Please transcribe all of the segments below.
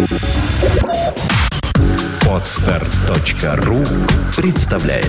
Podster.ru представляет.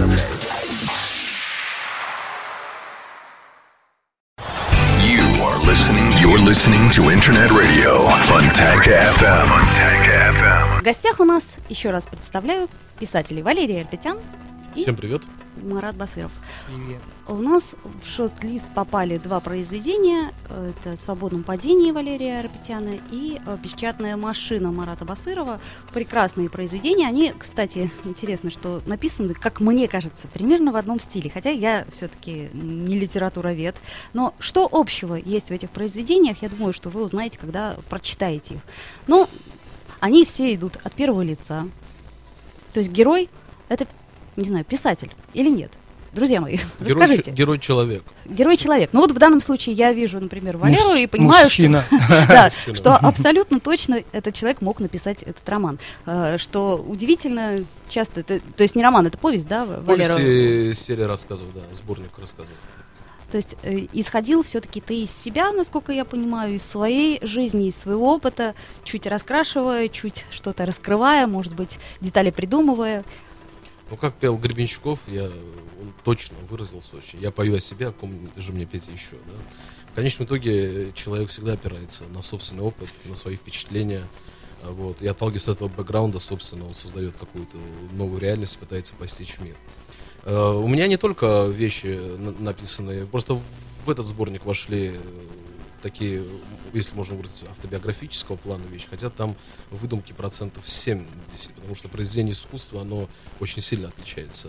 You're listening to Internet Radio Fontanka FM. В гостях у нас, еще раз представляю, писатели Валерий Арпетян и Всем привет. Марат Басыров. Привет. У нас в шорт-лист попали два произведения. Это «В свободном падении» Валерия Арпетяна и «Печатная машина» Марата Басырова. Прекрасные произведения. Они, кстати, интересно, что написаны, как мне кажется, примерно в одном стиле. Хотя я все-таки не литературовед. Но что общего есть в этих произведениях, я думаю, что вы узнаете, когда прочитаете их. Но они все идут от первого лица. То есть герой — это, не знаю, писатель или нет? Друзья мои, расскажите. Герой-человек. Герой-человек. Ну вот в данном случае я вижу, например, Валеру и понимаю, что абсолютно точно этот человек мог написать этот роман. Что удивительно часто, то есть не роман, это повесть, да, Валера? Повесть и серия рассказов, да, сборник рассказов. То есть исходил все-таки ты из себя, насколько я понимаю, из своей жизни, из своего опыта, чуть раскрашивая, чуть что-то раскрывая, может быть, детали придумывая. Ну, как пел Гребенщиков, он точно выразился очень. Я пою о себе, о ком же мне петь еще, да. В конечном итоге человек всегда опирается на собственный опыт, на свои впечатления. Вот. И отталкиваясь от этого бэкграунда, собственно, он создает какую-то новую реальность, пытается постичь мир. У меня не только вещи написанные, просто в этот сборник вошли такие, если можно выразить, автобиографического плана вещи, хотя там выдумки 70%, потому что произведение искусства, оно очень сильно отличается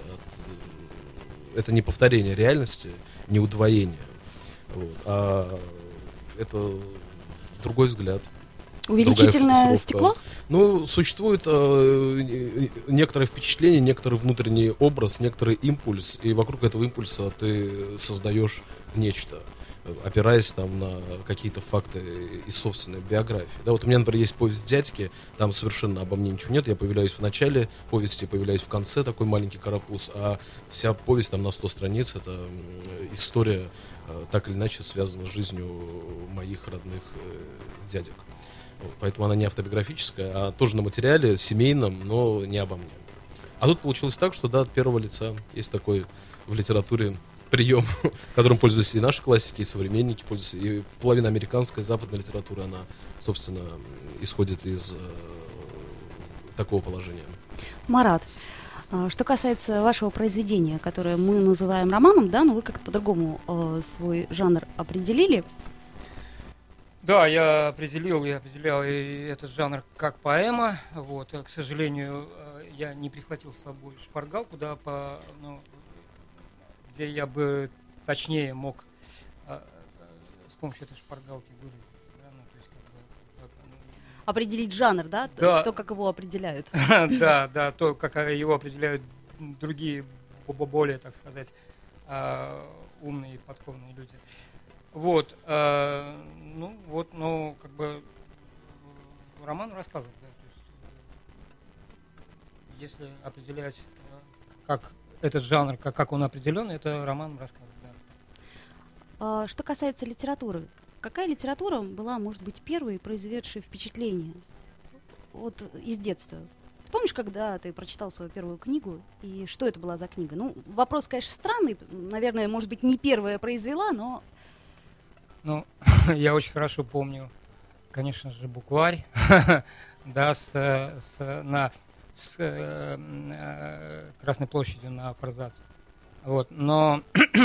это не повторение реальности, не удвоение, вот, а это другой взгляд. Увеличительное стекло? Ну, существует некоторое впечатление, некоторый внутренний образ, некоторый импульс, и вокруг этого импульса ты создаешь нечто, опираясь там на какие-то факты из собственной биографии. Да, вот у меня, например, есть повесть «Дядьки», там совершенно обо мне ничего нет, я появляюсь в начале повести, появляюсь в конце, такой маленький карапуз, а вся повесть там на 100 страниц, это история, так или иначе связана с жизнью моих родных дядек. Поэтому она не автобиографическая, а тоже на материале семейном, но не обо мне. А тут получилось так, что да, от первого лица есть такой в литературе прием, которым пользуются и наши классики, и современники пользуются, и половина американской, западной литературы, она, собственно, исходит из такого положения. Марат, что касается вашего произведения, которое мы называем романом, да, но вы как-то по-другому свой жанр определили. Да, я определял и этот жанр как поэма. Вот. К сожалению, я не прихватил с собой шпаргалку, да, где я бы точнее мог с помощью этой шпаргалки выразиться. Да? Ну, то есть, определить жанр, да? Да. То, как его определяют. Да, то, как его определяют другие, более, так сказать, умные, подкованные люди. Вот, как бы роман рассказывает, да, то есть, если определять, как этот жанр, как он определен, это роман рассказывает, да. Что касается литературы, какая литература была, может быть, первой, произведшей впечатление вот из детства? Ты помнишь, когда ты прочитал свою первую книгу, и что это была за книга? Ну, вопрос, конечно, странный, наверное, может быть, не первая произвела, но... Ну, я очень хорошо помню, конечно же, букварь, да, с Красной площадью на Форзаце. Вот, но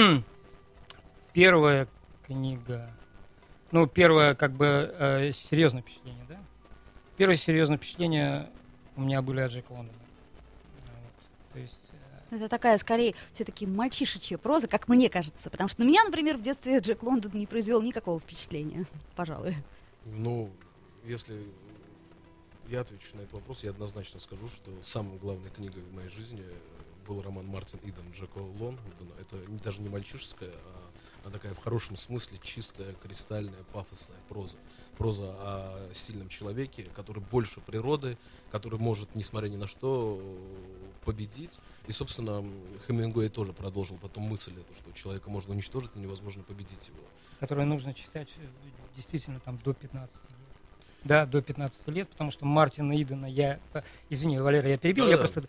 первая книга, первое, как бы, серьезное впечатление, да? Первое серьезное впечатление у меня были от Джека Лондона. Вот, то есть... Это такая, скорее, все-таки мальчишечья проза, как мне кажется. Потому что на меня, например, в детстве Джек Лондон не произвел никакого впечатления, пожалуй. Ну, если я отвечу на этот вопрос, я однозначно скажу, что самой главной книгой в моей жизни был роман Мартин Иден Джека Лондона. Это даже не мальчишеская, а такая в хорошем смысле чистая, кристальная, пафосная проза. Проза о сильном человеке, который больше природы, который может, несмотря ни на что, победить. И, собственно, Хемингуэй тоже продолжил потом мысль эту, что человека можно уничтожить, но невозможно победить его. Которое нужно читать действительно там до 15 лет. да, до 15 лет, потому что Мартина Идена извини, Валера, я перебил, Да, я да. просто,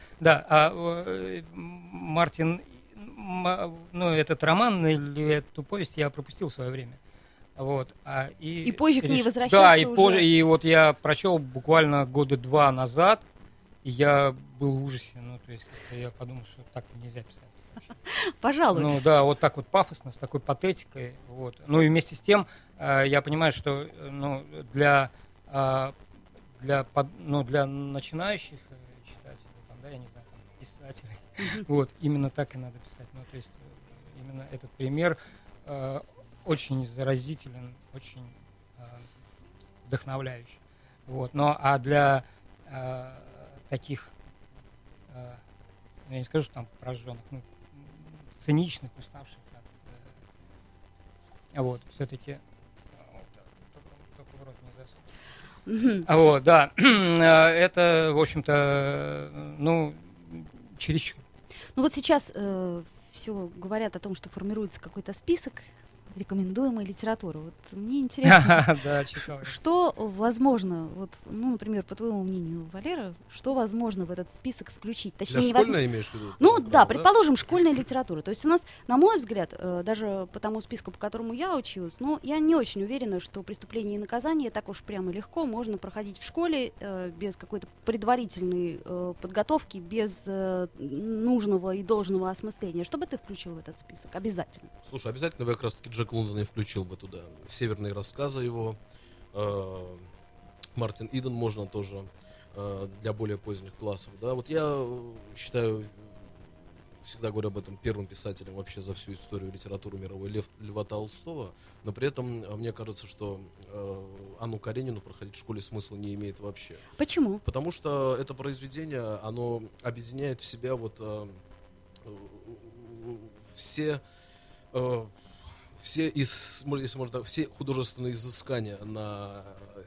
Мартин, этот роман или эту повесть я пропустил в свое время. Вот, И позже к ней возвращаться Да, и уже. позже, и вот я прочел буквально года 2 назад, и я был в ужасе, то есть как-то я подумал, что так нельзя писать. Пожалуй. Ну да, вот так вот пафосно, с такой патетикой, вот. Ну и вместе с тем я понимаю, что для начинающих читателей, там, да, я не знаю, там, писателей, вот, именно так и надо писать. Ну, то есть именно этот пример очень заразителен, очень вдохновляющий. Вот. А для таких, я не скажу, что там прожженных, циничных, уставших вот, все-таки только в рот не засунуть. Вот, да, это, в общем-то, чересчур. Ну вот сейчас все говорят о том, что формируется какой-то список рекомендуемой литературы. Вот мне интересно, Да, читал. что возможно, вот, например, по твоему мнению, Валера, что возможно в этот список включить? Для школьной имеешь в виду? Ну да, предположим, школьная литература. То есть у нас, на мой взгляд, даже по тому списку, по которому я училась, я не очень уверена, что «Преступление и наказание» так уж прямо легко можно проходить в школе без какой-то предварительной подготовки, без нужного и должного осмысления. Что бы ты включил в этот список? Обязательно. Слушай, обязательно бы я как раз таки Джек Лондон и включил бы туда. Северные рассказы его. Мартин Иден можно тоже для более поздних классов. Да? Вот я считаю, всегда говорю об этом, первым писателем вообще за всю историю литературы мировой Льва Толстого, но при этом мне кажется, что Анну Каренину проходить в школе смысла не имеет вообще. Почему? Потому что это произведение, оно объединяет в себя все все художественные изыскания на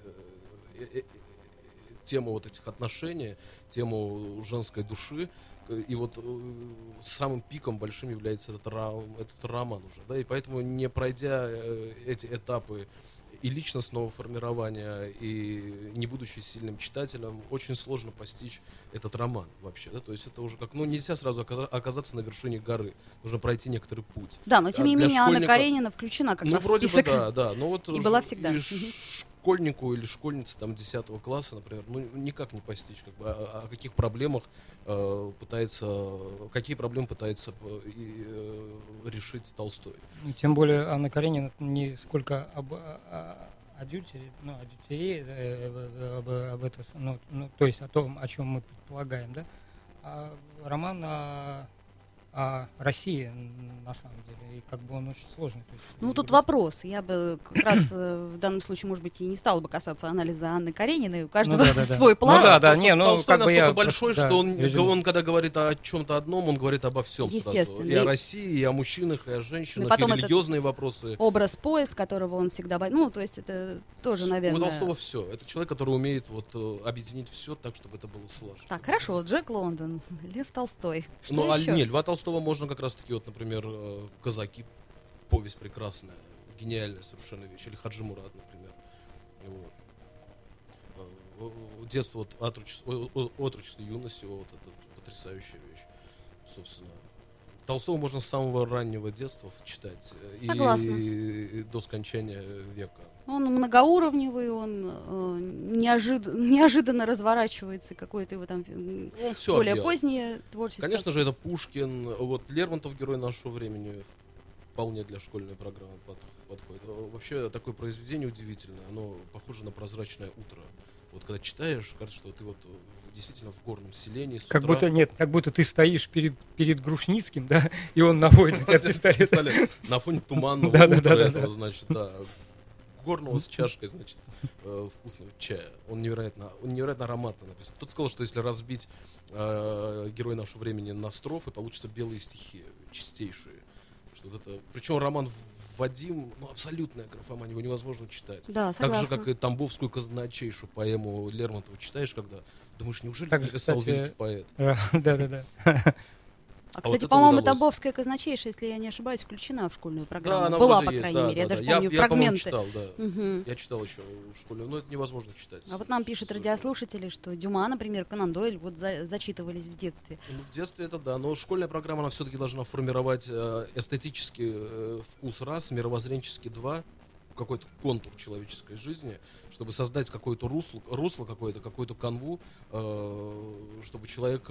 тему вот этих отношений, тему женской души. И вот самым пиком большим является этот роман уже. Да? И поэтому, не пройдя эти этапы и личностного формирования, и не будучи сильным читателем, очень сложно постичь этот роман вообще. Да? То есть это уже как, нельзя сразу оказаться на вершине горы. Нужно пройти некоторый путь. Да, но тем не менее Анна Каренина включена как раз в вроде список. бы да. Но вот и была всегда. И школьнику или школьнице 10 класса, например, никак не постичь, о каких проблемах какие проблемы пытается решить Толстой. Тем более Анна Каренина не сколько об адюльтере, то есть о том, о чем мы предполагаем, да, а роман о России, на самом деле, и как бы он очень сложный. То есть, тут вопрос. Я бы как раз в данном случае, может быть, и не стала бы касаться анализа Анны Карениной. У каждого свой пласт. Толстой настолько большой, что он, когда говорит о чем-то одном, он говорит обо всем сразу. И о России, и о мужчинах, и о женщинах, и религиозные вопросы. Образ поезд, которого он всегда... то есть это тоже, наверное... У Толстого все. Это человек, который умеет объединить все так, чтобы это было слаженно. Так, хорошо. Джек Лондон, Лев Толстой. Что еще? Льва Толстого можно как раз таки, например, «Казаки», повесть прекрасная, гениальная совершенно вещь, или Хаджи Мурат, например. Детство, отрочество, юность, это потрясающая вещь, собственно. Толстого можно с самого раннего детства читать. Согласна. И до скончания века. Он многоуровневый, он неожиданно разворачивается, какое-то его там более позднее творчество. Конечно же, это Пушкин. Лермонтов, герой нашего времени, вполне для школьной программы подходит. Вообще, такое произведение удивительное. Оно похоже на прозрачное утро. Когда читаешь, кажется, что ты действительно в горном селении. Как будто ты стоишь перед Грушницким, да, и он наводит у тебя пистолет. На фоне туманного утра этого, значит, да. Горного с чашкой, значит, вкусного чая. Он невероятно ароматно написан. Кто-то сказал, что если разбить герой нашего времени на строфы, получится белые стихи, чистейшие. Причем роман Вадим, абсолютная графомания, его невозможно читать. Да, согласна. Так же, как и Тамбовскую казначейшу поэму Лермонтова читаешь, когда думаешь, неужели написал великий поэт? Да. А, кстати, вот по-моему, удалось. Тамбовская казначейша, если я не ошибаюсь, включена в школьную программу. Да, она Была, вроде по есть, крайней да, мере. Я да, даже да. помню Я, по-моему, фрагменты. читал, да. Мгм. Я читал еще в школе, но это невозможно читать. А вот нам пишут радиослушатели, что Дюма, например, Конан Дойль вот зачитывались в детстве. Ну, в детстве это да, но школьная программа, она все-таки должна формировать эстетический вкус раз, мировоззренческий два, какой-то контур человеческой жизни, чтобы создать какое-то русло какую-то канву, чтобы человек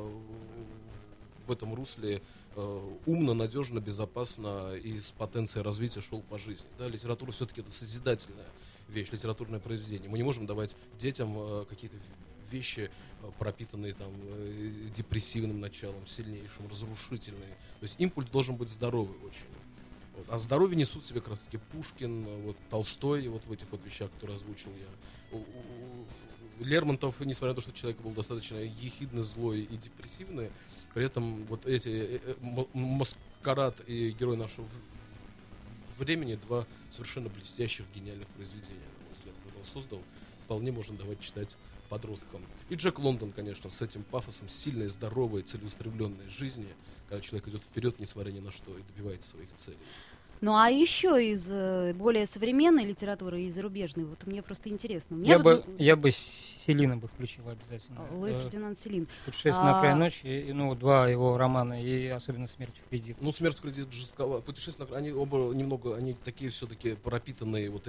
в этом русле умно, надежно, безопасно и с потенцией развития шел по жизни. Да, литература все-таки это созидательная вещь, литературное произведение. Мы не можем давать детям какие-то вещи, пропитанные там депрессивным началом, сильнейшим, разрушительные. То есть импульс должен быть здоровый очень. Вот. А здоровье несут в себе как раз таки Пушкин, вот, Толстой, вот в этих вот вещах, которые озвучил я. Лермонтов, несмотря на то, что человек был достаточно ехидный, злой и депрессивный, при этом вот эти «Маскарад» и «Герой нашего времени» два совершенно блестящих, гениальных произведения, на мой взгляд, которые он создал, вполне можно давать читать подросткам. И Джек Лондон, конечно, с этим пафосом сильной, здоровой, целеустремленной жизни, когда человек идет вперед, несмотря ни на что, и добивается своих целей. Ну а еще из более современной литературы и зарубежной, вот мне просто интересно. Я бы Селина бы включила обязательно. Лейтенант Селин. «Путешествие на край ночи», и, ну, два его романа, и особенно «Смерть в кредит». Ну, «Смерть в кредит» жестковато. «Путешествие на край», они оба немного, они такие все-таки пропитанные вот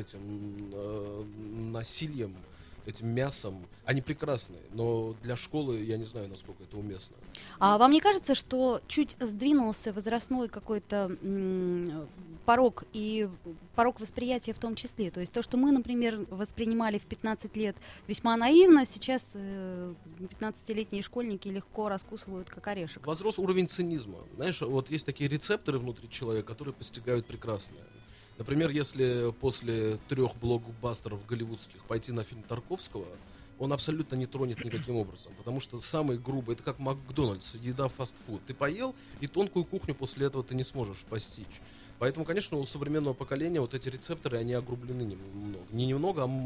этим насилием, этим мясом. Они прекрасные, но для школы я не знаю, насколько это уместно. А вам не кажется, что чуть сдвинулся возрастной какой-то порог и порог восприятия в том числе? То есть то, что мы, например, воспринимали в 15 лет весьма наивно, сейчас 15-летние школьники легко раскусывают как орешек. Возрос уровень цинизма. Знаешь, вот есть такие рецепторы внутри человека, которые постигают прекрасное. Например, если после 3 блокбастеров голливудских пойти на фильм Тарковского, он абсолютно не тронет никаким образом, потому что самый грубый, это как Макдональдс, еда фастфуд. Ты поел, и тонкую кухню после этого ты не сможешь постичь. Поэтому, конечно, у современного поколения вот эти рецепторы, они огрублены немного. Не немного, а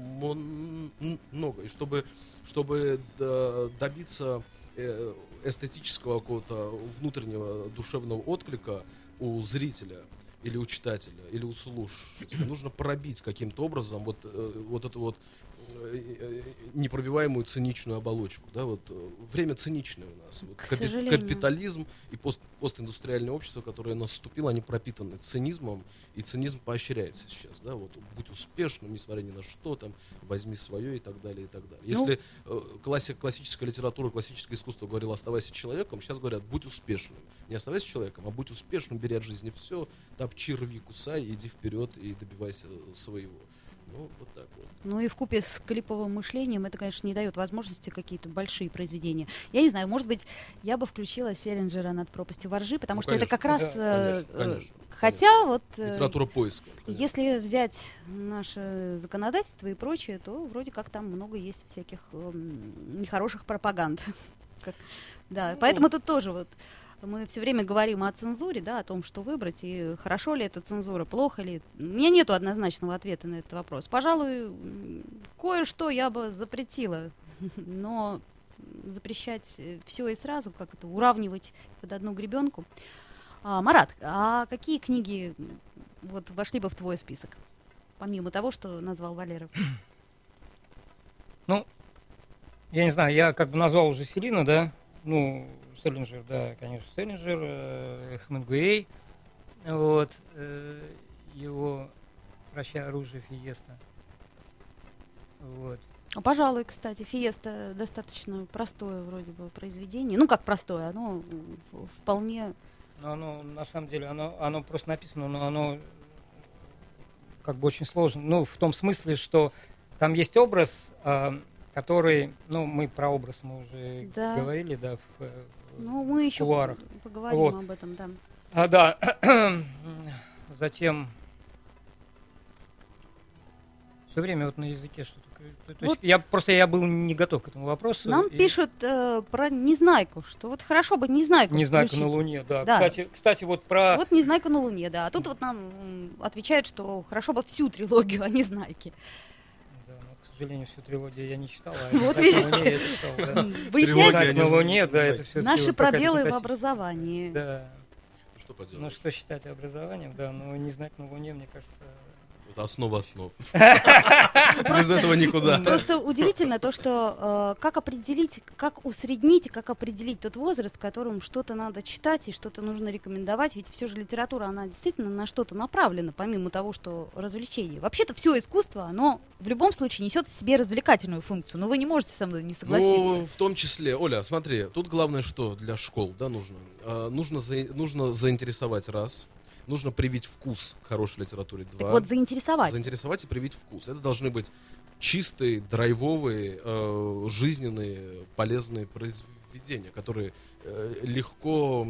много. И чтобы добиться эстетического какого-то внутреннего душевного отклика у зрителя, или у читателя, или у слушателя, нужно пробить каким-то образом вот эту вот непробиваемую циничную оболочку. Да, вот, время циничное у нас. Вот, капитализм и постиндустриальное общество, которое наступило, они пропитаны цинизмом, и цинизм поощряется сейчас. Да, вот, будь успешным, несмотря ни на что, там, возьми свое и так далее, и так далее. Если классическая литература, классическое искусство говорило «оставайся человеком», сейчас говорят «будь успешным». Не оставайся человеком, а будь успешным, бери от жизни все, топчи, рви, кусай, иди вперед и добивайся своего. Ну, вот так вот. Ну и вкупе с клиповым мышлением это, конечно, не дает возможности какие-то большие произведения. Я не знаю, может быть, я бы включила Селлинджера «Над пропастью во ржи», потому что конечно, это как раз... конечно. Хотя вот... Литература поиска. Если взять наше законодательство и прочее, то вроде как там много есть всяких нехороших пропаганд. Да, поэтому тут тоже вот... Мы все время говорим о цензуре, да, о том, что выбрать, и хорошо ли это цензура, плохо ли. У меня нету однозначного ответа на этот вопрос. Пожалуй, кое-что я бы запретила, но запрещать все и сразу, как это, уравнивать под одну гребенку. Марат, а какие книги вот вошли бы в твой список, помимо того, что назвал Валера? Ну, я не знаю, я как бы назвал уже Селина, да, ну... Селлинджер, да, конечно, Селлинджер, Хемингуэй, вот, его «Прощай, оружие», «Фиеста». Вот. Пожалуй, кстати, «Фиеста» достаточно простое вроде бы произведение. Ну, как простое, оно вполне... Оно, на самом деле, оно просто написано, но оно как бы очень сложно. Ну, в том смысле, что там есть образ, который, ну, мы про образ мы уже говорили, да, ну, мы еще поговорим вот. об этом, да. Да. Затем все время вот на языке что-то. То есть вот я был не готов к этому вопросу. Нам пишут про Незнайку, что вот хорошо бы Незнайку включить. На Луне, да. Кстати, вот про... Вот Незнайка на Луне, да. А тут вот нам отвечают, что хорошо бы всю трилогию о Незнайке. Да, но, к сожалению, всю трилогию я не читал, а Вот «Знак на видите. Луне» я читал, да. Выясняется Трилогия. «Знак на Луне», да, это все-таки наши вот какая-то пробелы в фантастика. образовании. Да. Что Ну, поделать? что считать образованием, да, но не «Знак на Луне», мне кажется... Это основа основ. Без этого никуда. Просто удивительно то, что как определить, как усреднить, как определить тот возраст, в котором что-то надо читать и что-то нужно рекомендовать. Ведь все же литература, она действительно на что-то направлена, помимо того, что развлечение. Вообще-то все искусство, оно в любом случае несет в себе развлекательную функцию. Но вы не можете со мной не согласиться. Ну, в том числе, Оля, смотри, тут главное, что для школ, да, нужно? Нужно заинтересовать раз. Нужно привить вкус к хорошей литературе. Так Два. вот, заинтересовать. Заинтересовать и привить вкус. Это должны быть чистые, драйвовые, жизненные, полезные произведения, которые легко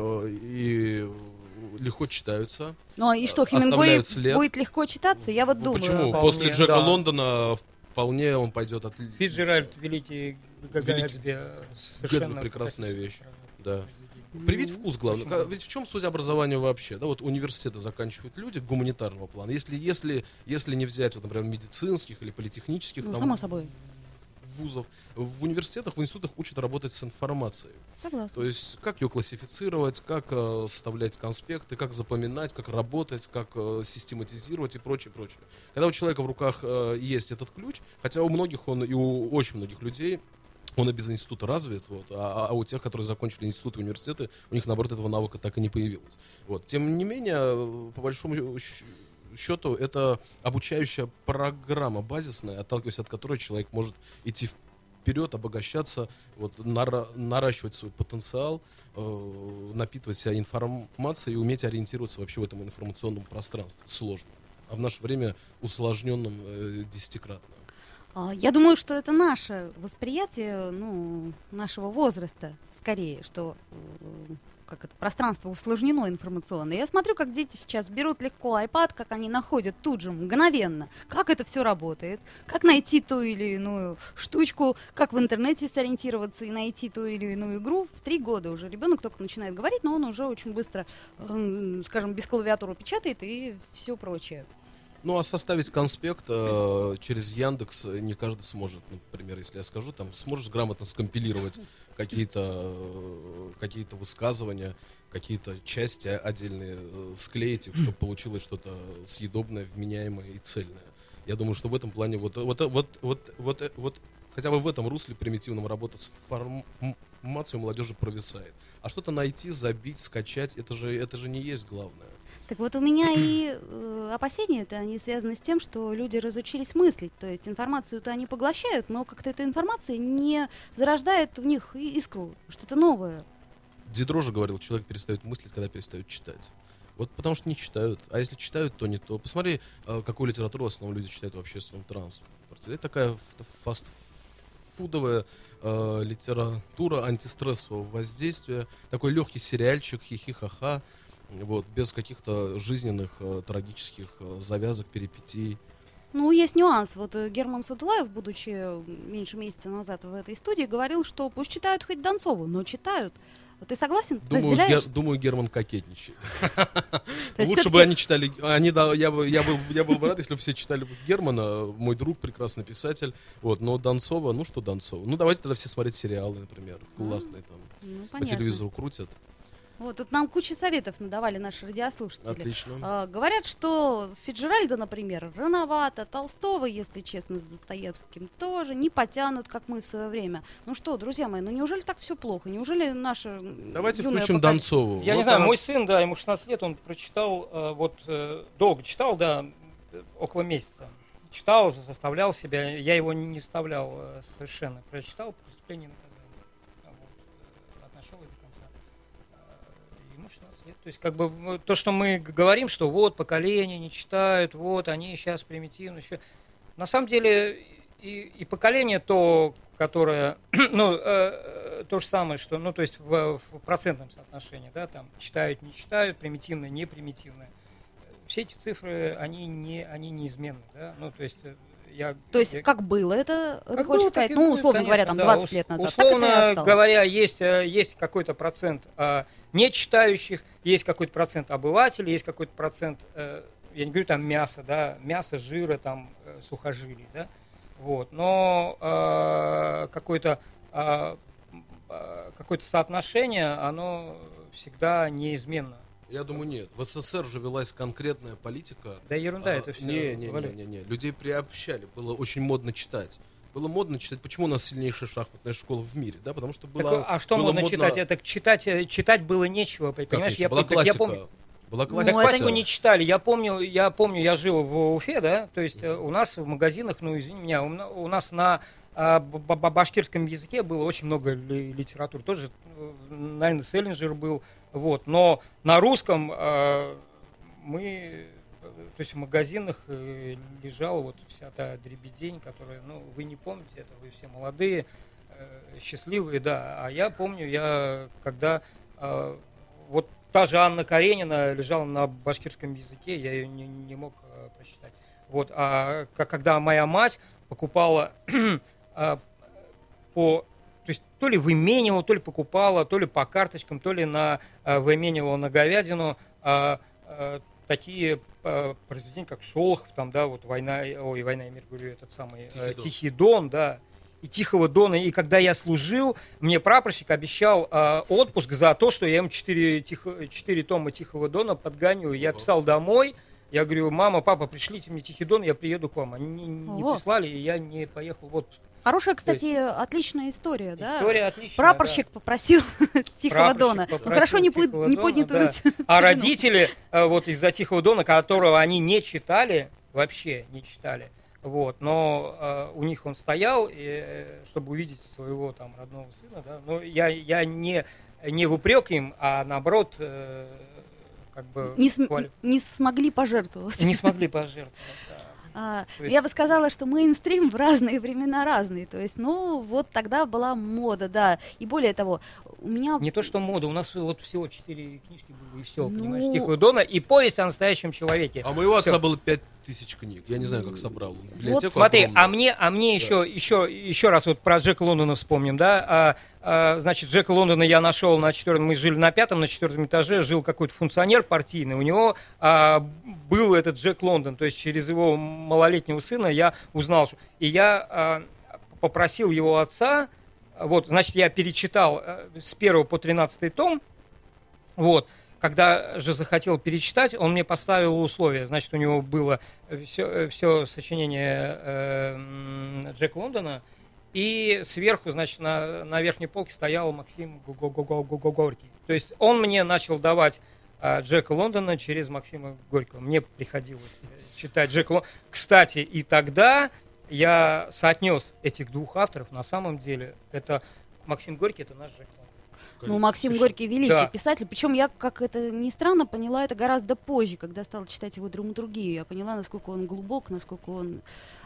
читаются. Ну и что, Хемингуэй оставляют след. будет легко читаться? Я вот думаю. Почему? Вполне, После Джека да. Лондона вполне он пойдет отлично. Фицджеральд, великий Гэтсби, совершенно прекрасная вещь. Да. Ну, Привить вкус главное. Почему? Ведь в чем суть образования вообще? Да, вот университеты заканчивают люди гуманитарного плана. Если не взять, вот, например, медицинских или политехнических Ну, там, само собой. вузов, в университетах, в институтах учат работать с информацией. Согласна. То есть, как ее классифицировать, как составлять конспекты, как запоминать, как работать, как систематизировать и прочее, прочее. Когда у человека в руках есть этот ключ, хотя у многих и у очень многих людей он и без института развит, вот, а у тех, которые закончили институты и университеты, у них, наоборот, этого навыка так и не появилось. Вот. Тем не менее, по большому счету, это обучающая программа базисная, отталкиваясь от которой человек может идти вперед, обогащаться, вот, наращивать свой потенциал, напитывать себя информацией и уметь ориентироваться вообще в этом информационном пространстве, сложном, а в наше время усложненном десятикратно. Я думаю, что это наше восприятие, нашего возраста, скорее, что как это пространство усложнено информационно. Я смотрю, как дети сейчас берут легко iPad, как они находят тут же, мгновенно, как это все работает, как найти ту или иную штучку, как в интернете сориентироваться и найти ту или иную игру. В 3 года уже ребенок только начинает говорить, но он уже очень быстро, скажем, без клавиатуры печатает и все прочее. Ну, а составить конспект через Яндекс не каждый сможет. Например, если я скажу, там сможешь грамотно скомпилировать какие-то высказывания, какие-то части отдельные, склеить их, чтобы получилось что-то съедобное, вменяемое и цельное. Я думаю, что в этом плане вот хотя бы в этом русле примитивном работа с информацией у молодежи провисает. А что-то найти, забить, скачать, это же не есть главное. Так вот, у меня и опасения-то, они связаны с тем, что люди разучились мыслить. То есть информацию-то они поглощают, но как-то эта информация не зарождает в них искру, что-то новое. Дидро же говорил, человек перестает мыслить, когда перестает читать. Вот потому что не читают. А если читают, то не то. Посмотри, какую литературу в основном люди читают в общественном транспорте. Это такая фастфудовая литература антистрессового воздействия. Такой легкий сериальчик, хихи-ха-ха. Вот, без каких-то жизненных трагических завязок, перипетий. Ну, есть нюанс. Вот Герман Садулаев, будучи меньше месяца назад в этой студии, говорил, что пусть читают хоть Донцову, но читают. Ты согласен? Разделяешь? Думаю, Герман кокетничает. есть Лучше бы они читали. Я был бы рад, если бы все читали бы Германа, мой друг, прекрасный писатель. Вот, но Донцова, что Донцова? Ну, давайте тогда все смотреть сериалы, например. Классные там. По телевизору крутят. Вот, тут нам кучу советов надавали наши радиослушатели. Отлично. Говорят, что Фицджеральда, например, рановато, Толстого, если честно, с Достоевским тоже не потянут, как мы в свое время. Ну что, друзья мои, неужели так все плохо? Неужели наша Давайте юная включим Донцову. Я не знаю, мой сын, да, ему 16 лет, он прочитал, долго читал, да, около месяца. Читал, заставлял себя, я его не вставлял совершенно. Прочитал «Преступление и наказание». От начала и до конца. Ему 16 лет. То есть, как бы, то, что мы говорим, что вот, поколение не читают, вот, они сейчас примитивно еще. На самом деле, и поколение то, которое, то же самое, что, то есть в процентном соотношении, да, там, читают, не читают, примитивное, не примитивное. Все эти цифры, они неизменны, да, как было, это ты хочешь сказать, условно говоря, там, 20 лет назад, условно так это и осталось. говоря, есть какой-то процент не читающих, есть какой-то процент обывателей, есть какой-то процент, я не говорю там мяса, да, мяса, жира, там, сухожилий, да, Вот. Но какое-то соотношение, оно всегда неизменно. Я думаю, нет. В СССР же велась конкретная политика. Да ерунда это все. Не. Людей приобщали. Было очень модно читать. Было модно читать. Почему у нас сильнейшая шахматная школа в мире? Да, потому что было. А что было модно читать? Это читать было нечего, понимаешь? Как была классика. Я помню. Была Так классика. классику не читали. Я помню, я жил в Уфе, да, то есть у нас в магазинах, ну извини меня, у нас на башкирском языке было очень много литературы. Тоже, наверное, Селлинджер был, вот. Но на русском мы, то есть в магазинах лежала вот вся та дребедень, которая, ну, вы не помните это, вы все молодые, счастливые, да. А я помню, когда вот та же Анна Каренина лежала на башкирском языке, я ее не мог прочитать. Вот. А когда моя мать покупала то есть то ли выменивала, то ли покупала, то ли по карточкам, то ли выменивала на говядину такие произведения, как Шолохов, там, да, вот «Война и мир», говорю, этот самый Тихий Дон, да, и Тихого Дона. И когда я служил, мне прапорщик обещал отпуск за то, что я ему 4 тома Тихого Дона подгоню. Я писал домой, я говорю: мама, папа, пришлите мне Тихий Дон, я приеду к вам. Они не прислали, и я не поехал в отпуск. Хорошая, кстати, отличная история, да? История отличная, прапорщик попросил Тихого Дона. Хорошо не поднятую. А родители вот из-за Тихого Дона, которого они не читали, вообще не читали, вот, но у них он стоял, чтобы увидеть своего там родного сына, да. Но я не в упрек им, а наоборот, как бы не смогли пожертвовать. Не смогли пожертвовать, да. Я бы сказала, что мейнстрим в разные времена разный. То есть, ну, вот тогда была мода, да. И более того, у меня... Не то, что мода, у нас вот всего 4 книжки было, и все, понимаешь, Тихого Дона и повесть о настоящем человеке. А у моего отца было 5000 книг. Я не знаю, как собрал. Вот смотри, огромную. а мне еще раз вот про Джека Лондона вспомним, да. Значит, Джека Лондона я нашел мы жили на 5-м, на 4-м этаже, жил какой-то функционер партийный, у него был этот Джек Лондон, то есть через его малолетнего сына я узнал, и я попросил его отца, вот, значит, я перечитал с 1 по 13 том, вот. Когда же захотел перечитать, он мне поставил условия. Значит, у него было все сочинение Джека Лондона, и сверху, значит, на верхней полке стоял Максим Горький. То есть он мне начал давать Джека Лондона через Максима Горького. Мне приходилось читать Джека Лондона. Кстати, и тогда я соотнес этих двух авторов. На самом деле, это Максим Горький, это наш Джек Лондон. Ну, Максим Горький великий писатель. Причем я, как это ни странно, поняла это гораздо позже, когда стала читать его драматургию. Я поняла, насколько он глубок, насколько он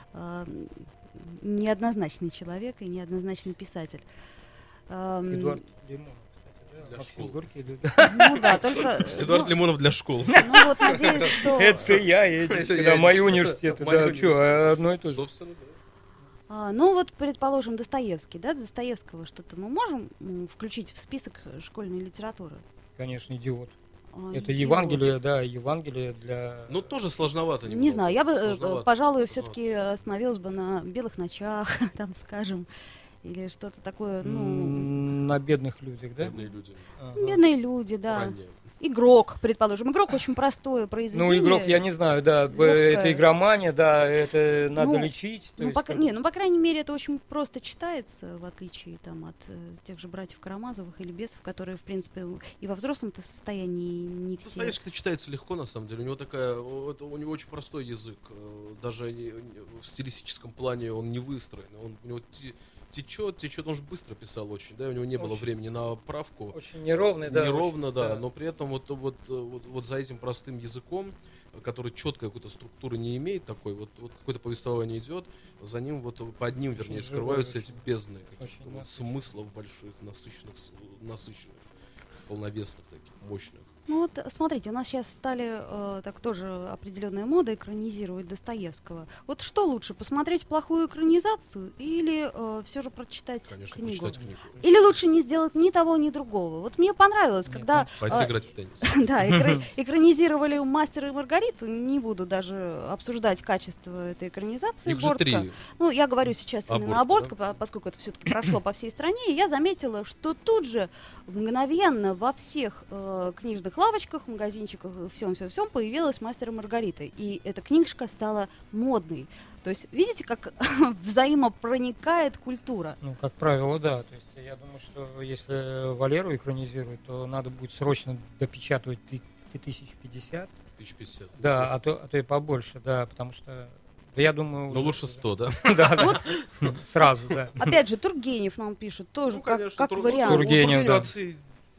неоднозначный человек и неоднозначный писатель. Эдуард Лимонов, кстати, да? Максим Горький. Ну да, только... Эдуард Лимонов для школ. Ну вот, надеюсь, что... Это я, мои университеты, да, что, одно и то же. Собственно, да. Ну вот, предположим, Достоевский, да, Достоевского что-то мы можем включить в список школьной литературы? Конечно, идиот. Это Идиот. Евангелие, да, Евангелие для... Ну, тоже сложновато немного. Не знаю, я бы, Сложновато. пожалуй, все-таки остановилась бы на «Белых ночах», там, скажем, или что-то такое, ну... На бедных людях, да? Бедные люди. Ага. Бедные люди, да. Ранее. «Игрок», предположим. «Игрок» очень простое произведение. Ну, «Игрок», я не знаю, да, Легкое. это игромания, да, это надо лечить. По крайней мере, это очень просто читается, в отличие там, от тех же братьев Карамазовых или Бесов, которые, в принципе, и во взрослом-то состоянии не все. Достоевский читается легко, на самом деле. У него очень простой язык. Даже в стилистическом плане он не выстроен. У него течет, он же быстро писал очень, да, у него не было времени на правку. Очень неровный, да. Неровно, очень, да, но при этом вот за этим простым языком, который четкой какой-то структуры не имеет, такой вот какое-то повествование идет, за ним под ним, вернее, очень скрываются живой, эти бездны каких-то очень смыслов больших, насыщенных, полновесных таких, мощных. Ну вот, смотрите, у нас сейчас стали так тоже определенная мода экранизировать Достоевского. Вот что лучше, посмотреть плохую экранизацию или все же прочитать Конечно, книгу? почитать книгу. Или лучше не сделать ни того, ни другого? Вот мне понравилось, Нет, когда Пойти играть в теннис. да, экранизировали «Мастера и Маргариту». Не буду даже обсуждать качество этой экранизации. Их же Бортко. 3. Ну, я говорю сейчас именно о Бортко, Бортко, поскольку это все-таки прошло по всей стране. И я заметила, что тут же мгновенно во всех книжных лавочках, магазинчиках, всем появилась «Мастер и Маргарита». И эта книжка стала модной. То есть, видите, как взаимопроникает культура. Ну, как правило, да. То есть я думаю, что если Валеру экранизируют, то надо будет срочно допечатывать 1050. 1050. Да, а то и побольше, да, потому что, да, я думаю... Но лучше 100, да? Да, сразу, да. Опять же, Тургенев нам пишет тоже, Ну, как конечно, вариант. Тургенев, да. отцы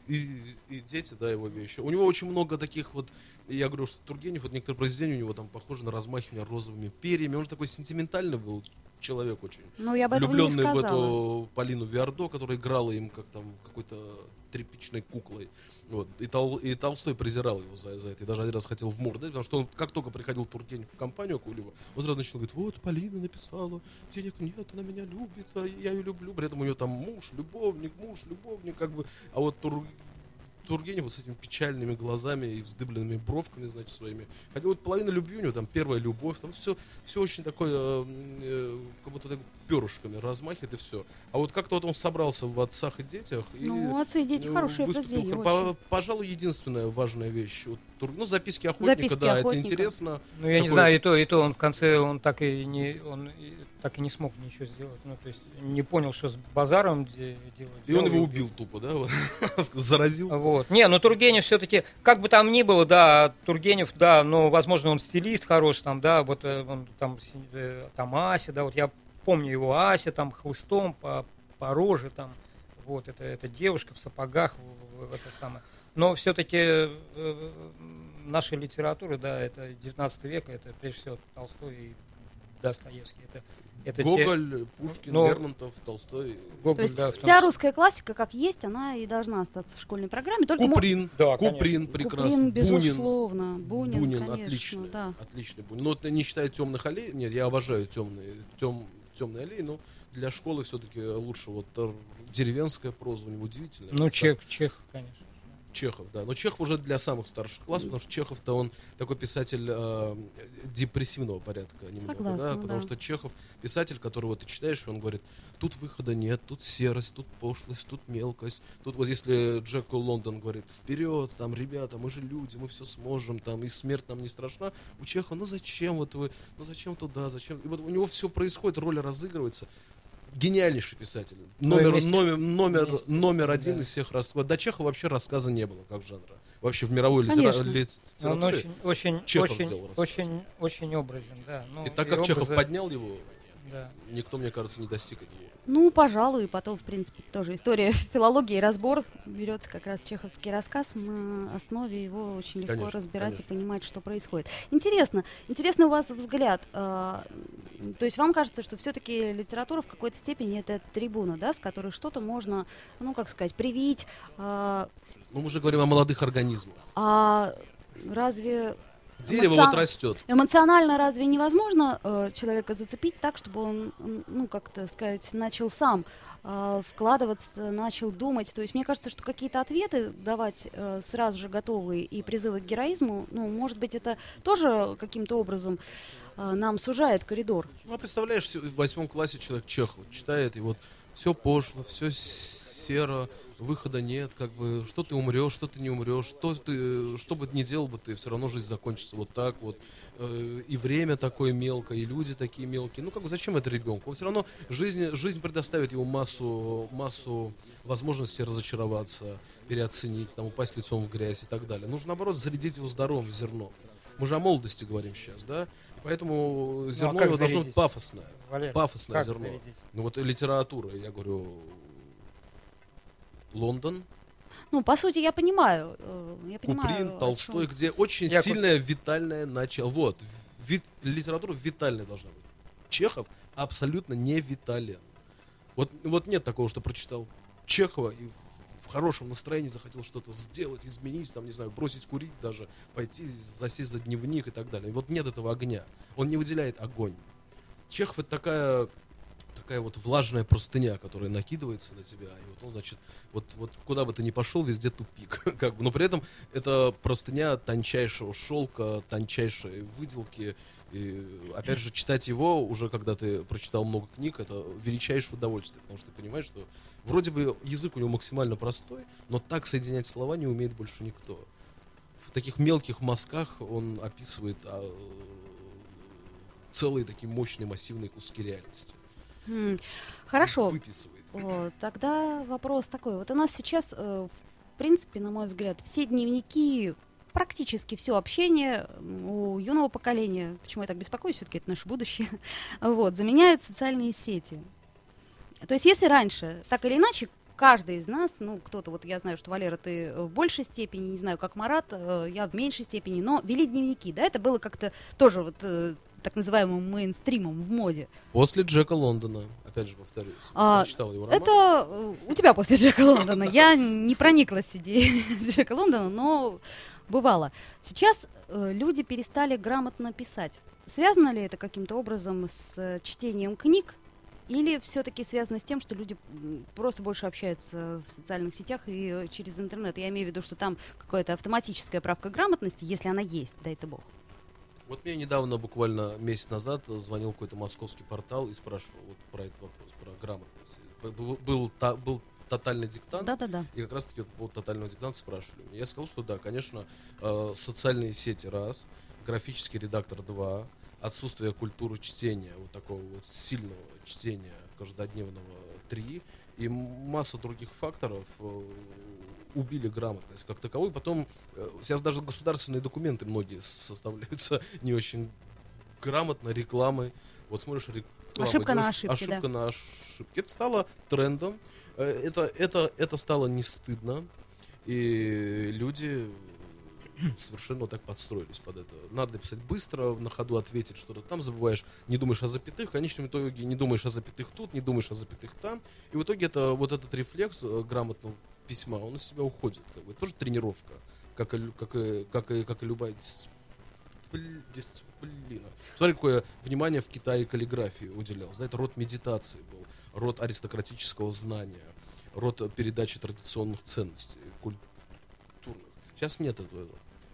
и дети, да, его вещи. У него очень много таких вот, я говорю, что Тургенев, вот некоторые произведения у него там похожи на размахивание розовыми перьями. Он же такой сентиментальный был человек очень. Ну, я об этом не Влюбленный в сказала. эту Полину Виардо, которая играла им как там какой-то тряпичной куклой. Вот. И Толстой презирал его за это. И даже один раз хотел в морду дать, потому что он, как только приходил Тургенев в компанию какую-либо, он сразу начал говорить: вот Полина написала, денег нет, она меня любит, а я ее люблю. При этом у нее там муж, любовник, как бы. А вот Тургенев вот с этими печальными глазами и вздыбленными бровками, значит, своими. Хотя вот половина любви у него, там первая любовь, там все очень такое, как будто так перышками размахивает и все. А вот как-то вот он собрался в «Отцах и детях» и Ну, «Отцы и дети» хорошее выступил. произведение, очень. Пожалуй, единственная важная вещь. Вот, «Записки охотника», «Записки да, охотника». это интересно. Ну, я не Такой- знаю, и то он в конце, он так и не смог ничего сделать. Ну, то есть не понял, что с базаром делать. И он его убил тупо, да, вот. Заразил. Вот. Не, ну Тургенев все-таки, как бы там ни было, да, Тургенев, да, но, возможно, он стилист хороший, там, да, вот он там Ася, да, вот я помню его Ася, там, хлыстом по роже, там, вот, это девушка в сапогах, это самое. Но все-таки наша литература, да, это 19 век, это прежде всего Толстой и Достоевский, это Гоголь, Пушкин, Ну, Лермонтов, Толстой. Гоголь, То есть да, в том вся числе. русская классика, как есть, она и должна остаться в школьной программе. Только Куприн, Да, Куприн конечно. прекрасный. Куприн, безусловно. Бунин, конечно, отличный, да. отличный Бунин. Но вот не считая темных аллей, нет, я обожаю темные аллеи, но для школы все-таки лучше вот деревенская проза у него удивительная. Ну, Чех, конечно. Чехов, да. Но Чехов уже для самых старших классов, потому что Чехов-то он такой писатель депрессивного порядка немного, Согласна, да, потому да. что Чехов писатель, которого ты читаешь, и он говорит: тут выхода нет, тут серость, тут пошлость, тут мелкость, тут вот если Джеку Лондон говорит: вперед, там, ребята, мы же люди, мы все сможем, там, и смерть нам не страшна, у Чехова: ну зачем вот вы, ну зачем туда, зачем, и вот у него все происходит, роль разыгрывается. Гениальнейший писатель. Номер один из всех рассказов. До Чехова вообще рассказа не было как жанра. Вообще в мировой Конечно. литературе. Он очень Чехов сделал рассказ. очень образен, да. Ну, И так как Чехов образы, поднял его, да. никто, мне кажется, не достиг этого. Ну, пожалуй, и потом, в принципе, тоже история филологии и разбор. Берется как раз чеховский рассказ, на основе его очень легко Конечно, разбирать конечно. и понимать, что происходит. Интересно у вас взгляд. То есть вам кажется, что все-таки литература в какой-то степени это трибуна, да, с которой что-то можно, ну, как сказать, привить. Ну, мы же говорим о молодых организмах. А разве Дерево эмоцион- вот растет. эмоционально разве невозможно человека зацепить так, чтобы он, ну, как-то сказать, начал сам вкладываться, начал думать? То есть мне кажется, что какие-то ответы давать сразу же готовые и призывы к героизму, ну, может быть, это тоже каким-то образом нам сужает коридор. Ну, а представляешь, в 8 классе человек Чехова читает, и вот все пошло, все серо, выхода нет, как бы, что ты умрешь, что ты не умрешь, что бы ни делал бы ты, все равно жизнь закончится вот так вот, и время такое мелкое, и люди такие мелкие, ну как бы зачем это ребенку? Он все равно, жизнь предоставит ему массу возможностей разочароваться, переоценить, там, упасть лицом в грязь и так далее. Нужно, наоборот, зарядить его здоровым зерном. Мы же о молодости говорим сейчас, да? Поэтому зерно как его должно быть зарядить? пафосное. Валер, Пафосное как зерно. зарядить? Ну вот литература, я говорю, Лондон, Ну, по сути, я понимаю. Куприн, о Толстой, чём. где очень Я сильное витальное начало. Вот, литература витальная должна быть. Чехов абсолютно не витален. Вот нет такого, что прочитал Чехова и в хорошем настроении захотел что-то сделать, изменить, там, не знаю, бросить курить даже, пойти засесть за дневник и так далее. И вот нет этого огня. Он не выделяет огонь. Чехов — это такая вот влажная простыня, которая накидывается на тебя, и вот он, значит, вот куда бы ты ни пошел, везде тупик. Как бы. Но при этом это простыня тончайшего шелка, тончайшей выделки. И, опять же, читать его, уже когда ты прочитал много книг, это величайшее удовольствие, потому что ты понимаешь, что вроде бы язык у него максимально простой, но так соединять слова не умеет больше никто. В таких мелких мазках он описывает целые такие мощные массивные куски реальности. Хорошо. Выписывает. Вот, тогда вопрос такой. Вот у нас сейчас, в принципе, на мой взгляд, все дневники, практически все общение у юного поколения, почему я так беспокоюсь, все-таки это наше будущее, вот, заменяют социальные сети. То есть если раньше, так или иначе, каждый из нас, ну, кто-то, вот я знаю, что, Валера, ты в большей степени, не знаю, как Марат, я в меньшей степени, но вели дневники, да, это было как-то тоже вот так называемым мейнстримом в моде. После Джека Лондона, опять же повторюсь, прочитал его роман. Это у тебя после Джека Лондона. Я не прониклась идеей Джека Лондона, но бывало. Сейчас люди перестали грамотно писать. Связано ли это каким-то образом с чтением книг? Или все-таки связано с тем, что люди просто больше общаются в социальных сетях и через интернет? Я имею в виду, что там какая-то автоматическая правка грамотности, если она есть, дай-то бог. Вот мне недавно, буквально месяц назад, звонил какой-то московский портал и спрашивал вот про этот вопрос, про грамотность. Был тотальный диктант, Да-да-да. и как раз-таки вот по тотальному диктанту спрашивали. Я сказал, что да, конечно, социальные сети раз, графический редактор 2, отсутствие культуры чтения, вот такого вот сильного чтения каждодневного 3, и масса других факторов убили грамотность как таковую. Потом сейчас даже государственные документы многие составляются не очень грамотно, рекламы. Вот смотришь рекламу. Ошибка на ошибке, ошибка на ошибке. Это стало трендом. Это стало не стыдно. И люди совершенно так подстроились под это. Надо написать быстро, на ходу ответить что-то там, забываешь, не думаешь о запятых, в конечном итоге не думаешь о запятых тут, не думаешь о запятых там. И в итоге это, вот этот рефлекс грамотного письма, он из себя уходит. Как бы. Тоже тренировка, как и любая дисциплина. Смотри, какое внимание в Китае каллиграфии уделялось. Да, это род медитации был, род аристократического знания, род передачи традиционных ценностей, культурных. Сейчас нет этого.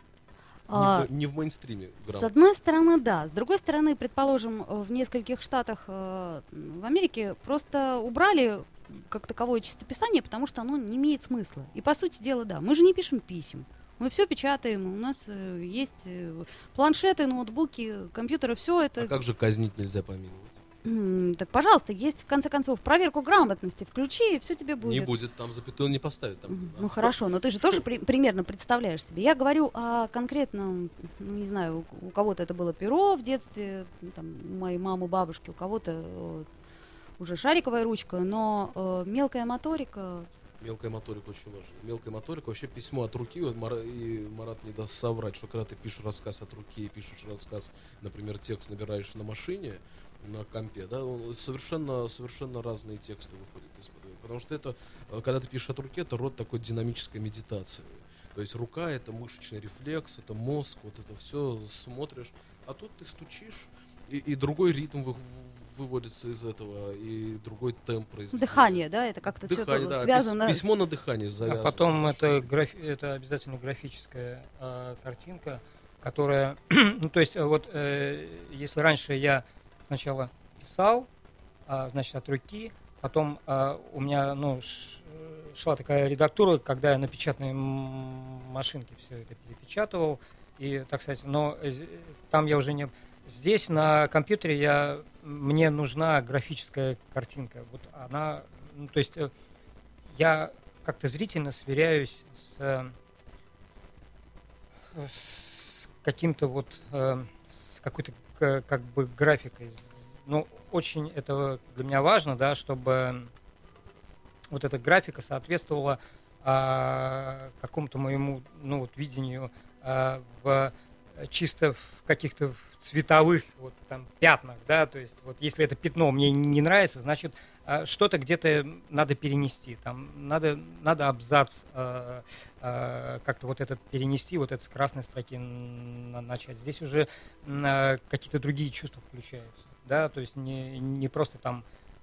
Не в мейнстриме. С одной стороны, да. С другой стороны, предположим, в нескольких штатах в Америке просто убрали как таковое чистописание, потому что оно не имеет смысла. И, по сути дела, да, мы же не пишем писем. Мы все печатаем, у нас есть планшеты, ноутбуки, компьютеры, все это. А как же казнить нельзя помиловать? Так, пожалуйста, есть, в конце концов, проверку грамотности. Включи, и все тебе будет. Не будет, там запятую не поставят. Там, Ну хорошо, но ты же тоже примерно представляешь себе. Я говорю о конкретном, ну, не знаю, у кого-то это было перо в детстве, там, у моей мамы, бабушки, у кого-то уже шариковая ручка, но мелкая моторика... Мелкая моторика очень важна. Мелкая моторика, вообще письмо от руки, вот Марат не даст соврать, что когда ты пишешь рассказ от руки и пишешь рассказ, например, текст набираешь на машине, на компе, да, совершенно разные тексты выходят из-под этого. Потому что это, когда ты пишешь от руки, это род такой динамической медитации. То есть рука — это мышечный рефлекс, это мозг, вот это все смотришь. А тут ты стучишь, и другой ритм выводится из этого, и другой темп произведения. Дыхание, да, это как-то все да, связано. Письмо на дыхание завязано. А потом это обязательно графическая картинка, которая, ну, то есть вот если раньше я сначала писал, значит, от руки, потом у меня, ну, шла такая редактура, когда я на печатной машинке все это перепечатывал, и, так сказать, но там я уже не... Здесь на компьютере мне нужна графическая картинка. Вот она, ну, то есть я как-то зрительно сверяюсь с каким-то вот, с какой-то как бы графикой. Ну, очень это для меня важно, да, чтобы вот эта графика соответствовала какому-то моему, ну, вот, видению чисто в каких-то цветовых вот там пятнах, да, то есть вот если это пятно мне не нравится, значит что-то где-то надо перенести, там надо абзац как-то вот этот перенести, вот это с красной строки начать. Здесь уже какие-то другие чувства включаются, да, то есть не просто там,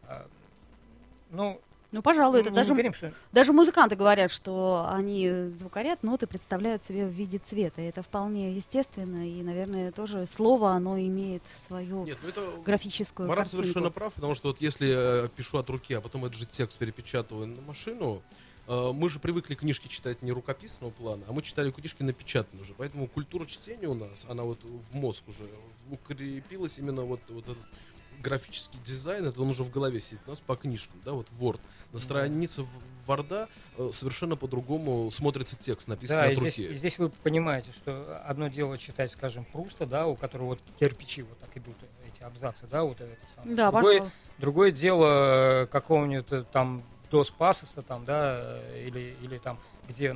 Ну, пожалуй, это не даже, говорим, что... даже музыканты говорят, что они звукоряд, ноты представляют себе в виде цвета. И это вполне естественно, и, наверное, тоже слово, оно имеет свою Нет, ну это графическую Марат картинку. совершенно прав, потому что вот если я пишу от руки, а потом этот же текст перепечатываю на машину, мы же привыкли книжки читать не рукописного плана, а мы читали книжки напечатанные уже. Поэтому культура чтения у нас, она вот в мозг уже укрепилась, именно вот этот графический дизайн, это он уже в голове сидит у нас по книжкам, да, вот Word. На странице Word совершенно по-другому смотрится текст, написанный от руки. И здесь вы понимаете, что одно дело читать, скажем, Пруста, да, у которого вот кирпичи вот так идут, эти абзацы, да, вот это самое. Да, Другое дело какого-нибудь там Дос Пасоса, там, да, или там, где,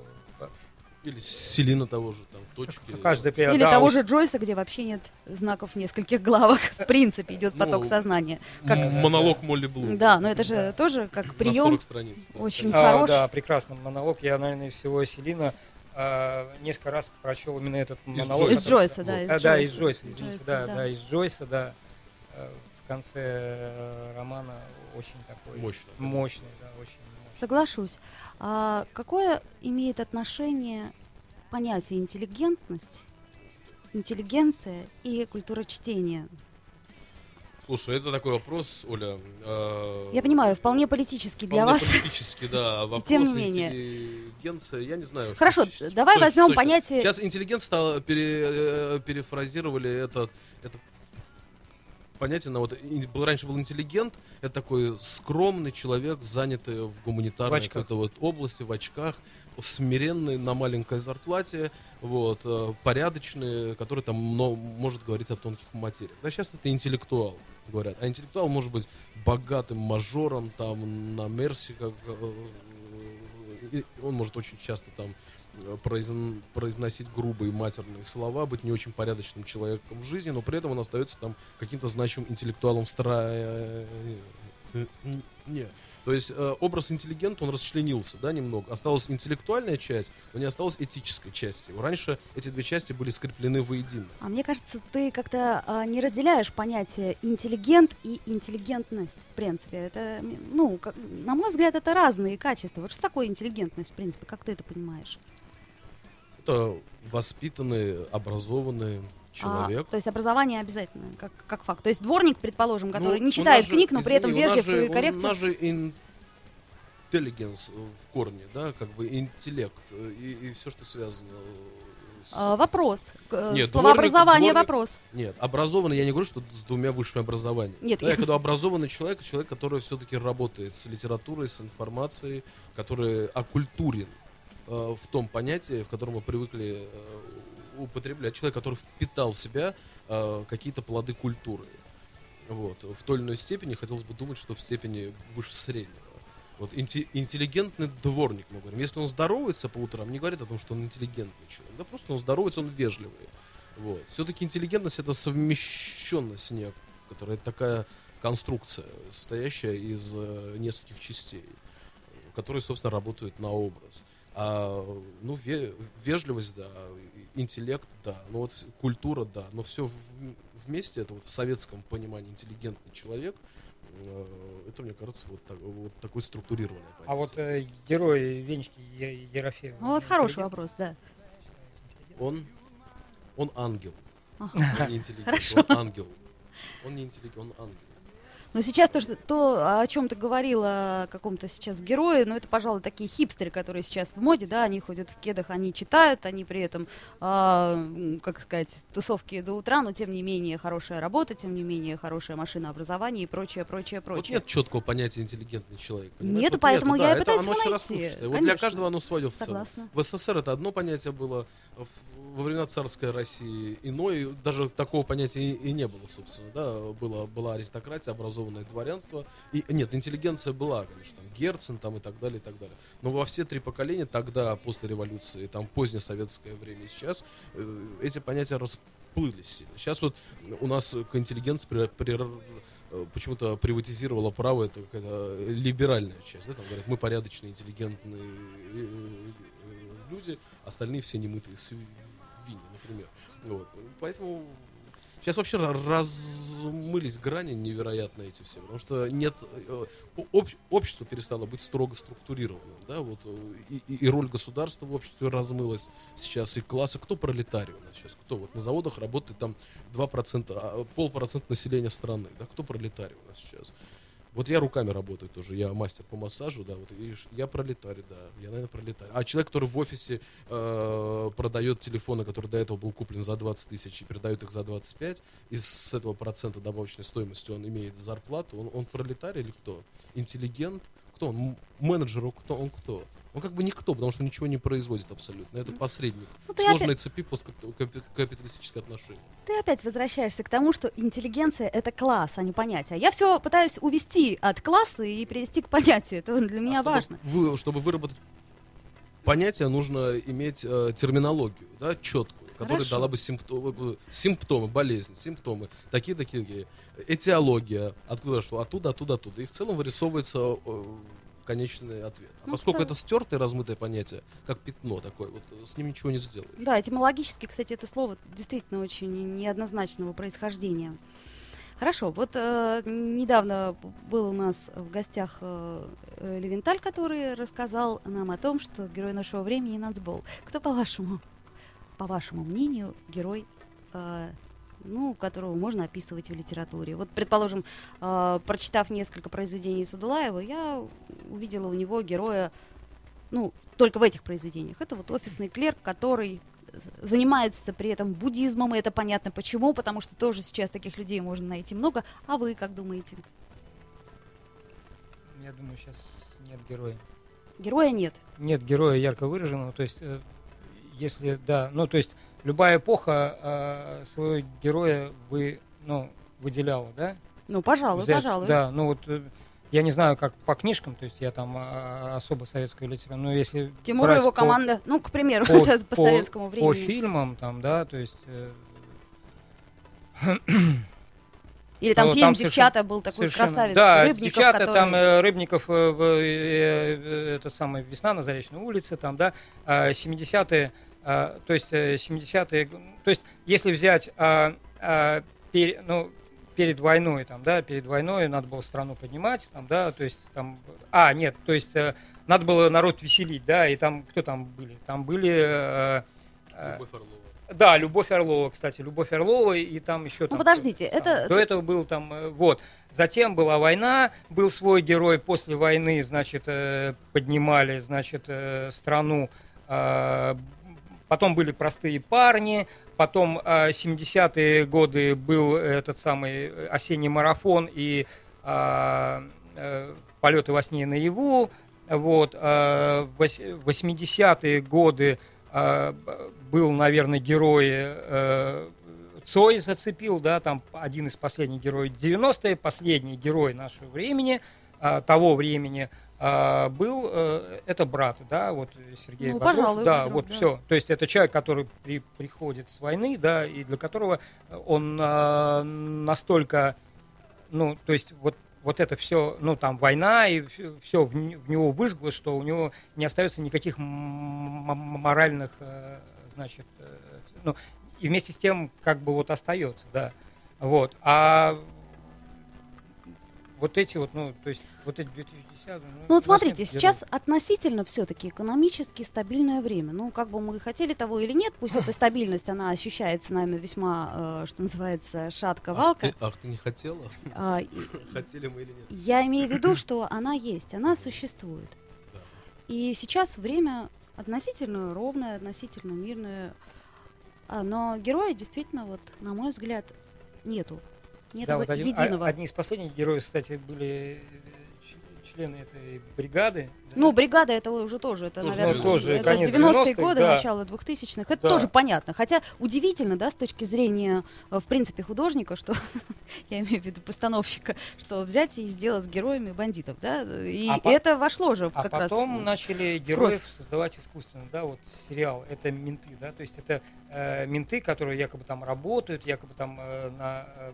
Или Селина того же, там, точки. Или того же Джойса, где вообще нет знаков в нескольких главах. В принципе, идет поток сознания. Как... Монолог Молли Блум. Да, но это же тоже как прием. На 40 страниц. Очень хорош. Да, прекрасный монолог. Я, наверное, из всего Селина несколько раз прочел именно этот монолог. Из Джойса, да. Из Джойса, извините. Да, из Джойса, да. В конце романа очень такой мощный, да, очень. Соглашусь. А какое имеет отношение понятие интеллигентность, интеллигенция и культура чтения? Слушай, это такой вопрос, Оля. Я понимаю, вполне политический для вас. Политический, да. Вопрос тем не менее. Интеллигенция, я не знаю. Хорошо, давай возьмем понятие... Сейчас интеллигент стало, перефразировали это понятие, раньше был интеллигент, это такой скромный человек, занятый в гуманитарной какой-то вот области, в очках, смиренный, на маленькой зарплате, вот, порядочный, который там может говорить о тонких материях. Да, сейчас это интеллектуал, говорят. А интеллектуал может быть богатым мажором, там, на Мерсе, он может очень часто там произносить грубые матерные слова, быть не очень порядочным человеком в жизни, но при этом он остается там каким-то значимым интеллектуалом в стране. То есть образ интеллигента, он расчленился, да, немного. Осталась интеллектуальная часть, но не осталась этической части. Раньше эти две части были скреплены воедино. А мне кажется, ты как-то не разделяешь понятие интеллигент и интеллигентность, в принципе. Это, на мой взгляд, это разные качества. Вот что такое интеллигентность, в принципе, как ты это понимаешь? Это воспитанный, образованный человек. То есть образование обязательно, как факт. То есть дворник, предположим, который не читает книг, но при этом вежлив и корректен. У нас же интеллигенс в корне, да, как бы интеллект и все, что связано с... Вопрос. Нет, словообразование вопрос. Нет, образованный, я не говорю, что с двумя высшими образованиями. Нет, да, я говорю, образованный человек, который все-таки работает с литературой, с информацией, который окультурен в том понятии, в котором мы привыкли употреблять. Человек, который впитал в себя какие-то плоды культуры. Вот. В той или иной степени, хотелось бы думать, что в степени выше среднего. Вот. Интеллигентный дворник, мы говорим. Если он здоровается по утрам, не говорит о том, что он интеллигентный человек. Да, просто он здоровается, он вежливый. Вот. Все-таки интеллигентность — это совмещенность некоторая, это такая конструкция, состоящая из нескольких частей, которые, собственно, работают на образ. Вежливость, да, интеллект, да, культура, да, но все вместе, это вот в советском понимании интеллигентный человек, это, мне кажется, вот такой структурированный понятие. А вот герой Венечки Ерофеева. Вот хороший вопрос, да. Он ангел. Он не интеллигент, Хорошо. он ангел. Он не интеллигент, он ангел. Но сейчас то, о чем ты говорила, о каком-то сейчас герое, это, пожалуй, такие хипстеры, которые сейчас в моде, да, они ходят в кедах, они читают, они при этом, тусовки до утра, но тем не менее хорошая работа, тем не менее хорошее машинообразование и прочее. Вот нет четкого понятия интеллигентный человек. Нету, поэтому я и пытаюсь его найти. Вот для каждого оно свое в целом. Согласна. В СССР это одно понятие было, во времена царской России иное, даже такого понятия и не было, собственно, да, была аристократия, образованное дворянство, интеллигенция была, конечно, там, Герцен там и так далее, но во все три поколения тогда, после революции, там, позднее советское время и сейчас, эти понятия расплылись сильно. Сейчас вот у нас к интеллигенции почему-то приватизировала право, это какая-то либеральная часть. Да? Там говорят, мы порядочные, интеллигентные люди, остальные все немытые свиньи, например. Вот. Поэтому сейчас вообще размылись грани невероятно эти все, потому что нет, общество перестало быть строго структурированным, да, вот, и роль государства в обществе размылась сейчас, и классы, кто пролетарий у нас сейчас, кто вот на заводах работает там 2%, 0,5% населения страны, да, кто пролетарий у нас сейчас. Вот я руками работаю тоже, я мастер по массажу, да, вот, и я пролетарий, да, я, наверное, пролетарий. А человек, который в офисе продает телефоны, который до этого был куплен за 20 тысяч и передает их за 25, и с этого процента добавочной стоимости он имеет зарплату, он пролетарий или кто? Интеллигент? Кто он? Менеджер? Кто он? Кто? Он как бы никто, потому что ничего не производит абсолютно. Это посредник сложной цепи посткапиталистических отношений. Ты опять возвращаешься к тому, что интеллигенция — это класс, а не понятие. Я все пытаюсь увести от класса и привести к понятию. Это для меня важно. Чтобы выработать понятие, нужно иметь терминологию, да, четкую, которая Хорошо. дала бы симптомы, болезни, симптомы, такие, этиология, откуда шло, оттуда. И в целом вырисовывается конечный ответ. А поскольку это стертое, размытое понятие, как пятно такое, вот с ним ничего не сделаешь. Да, этимологически, кстати, это слово действительно очень неоднозначного происхождения. Хорошо, вот недавно был у нас в гостях Левенталь, который рассказал нам о том, что герой нашего времени — нацбол. Кто, по вашему мнению, герой, которого можно описывать в литературе? Вот, предположим, прочитав несколько произведений Садулаева, я увидела у него героя, только в этих произведениях. Это вот офисный клерк, который занимается при этом буддизмом, и это понятно почему, потому что тоже сейчас таких людей можно найти много. А вы как думаете? Я думаю, сейчас нет героя. Героя нет? Нет героя ярко выраженного, то есть, если, да, то есть любая эпоха своего героя выделяла, да? Пожалуй. Да, я не знаю, как по книжкам, то есть я там особо советскую литературу, но если Тимур и его команда, к примеру, по советскому времени. По фильмам, там, да, то есть... Или там фильм «Девчата» был такой красавец, да, Рыбников, «Девчата», который... там Рыбников, это самое «Весна на Заречной улице», там, да, 70-е, то есть 70-е, то есть если взять перед войной, там, да, перед войной надо было страну поднимать, там, да, то есть там, надо было народ веселить, да, и там, кто там были? Там были... Любовь Орлова. Да, Любовь Орлова, кстати, Любовь Орлова, и там еще... подождите, это... До этого был там, вот. Затем была война, был свой герой, после войны, значит, поднимали, значит, страну, потом были «Простые парни», потом 70-е годы был этот самый «Осенний марафон» и «Полеты во сне и наяву», вот, 80-е годы был, наверное, герой Цой зацепил, да, там один из последних героев. 90-е, последний герой нашего времени, того времени, был это брат, да, вот Сергей Бодров. Пожалуй, да, Бодров, вот да. все. То есть это человек, который приходит с войны, да, и для которого он настолько, то есть вот это все, там война, и все в него выжгло, что у него не остается никаких моральных, значит, и вместе с тем как бы вот остается, да, вот, а вот эти вот, то есть вот эти 2010-е... вот смотрите, сейчас относительно все-таки экономически стабильное время. Как бы мы хотели того или нет, пусть эта стабильность, она ощущается нами весьма, что называется, шатко-валко. Ах, ты не хотела? Хотели мы или нет? Я имею в виду, что она есть, она существует. Да. И сейчас время относительно ровное, относительно мирное. Но героя действительно, вот, на мой взгляд, нету. Нет да, его вот единого. Одни из последних героев, кстати, были члены этой бригады. Да? Бригада это уже тоже, это, наверное, тоже это конец 90-е годы, да. начало 2000-х. Это Да. тоже понятно. Хотя удивительно, да, с точки зрения, в принципе, художника, что, я имею в виду постановщика, что взять и сделать героями бандитов, да, и это вошло же как раз. А потом начали героев создавать искусственно, да, вот сериал, это менты, да, то есть это менты, которые якобы там работают, якобы там на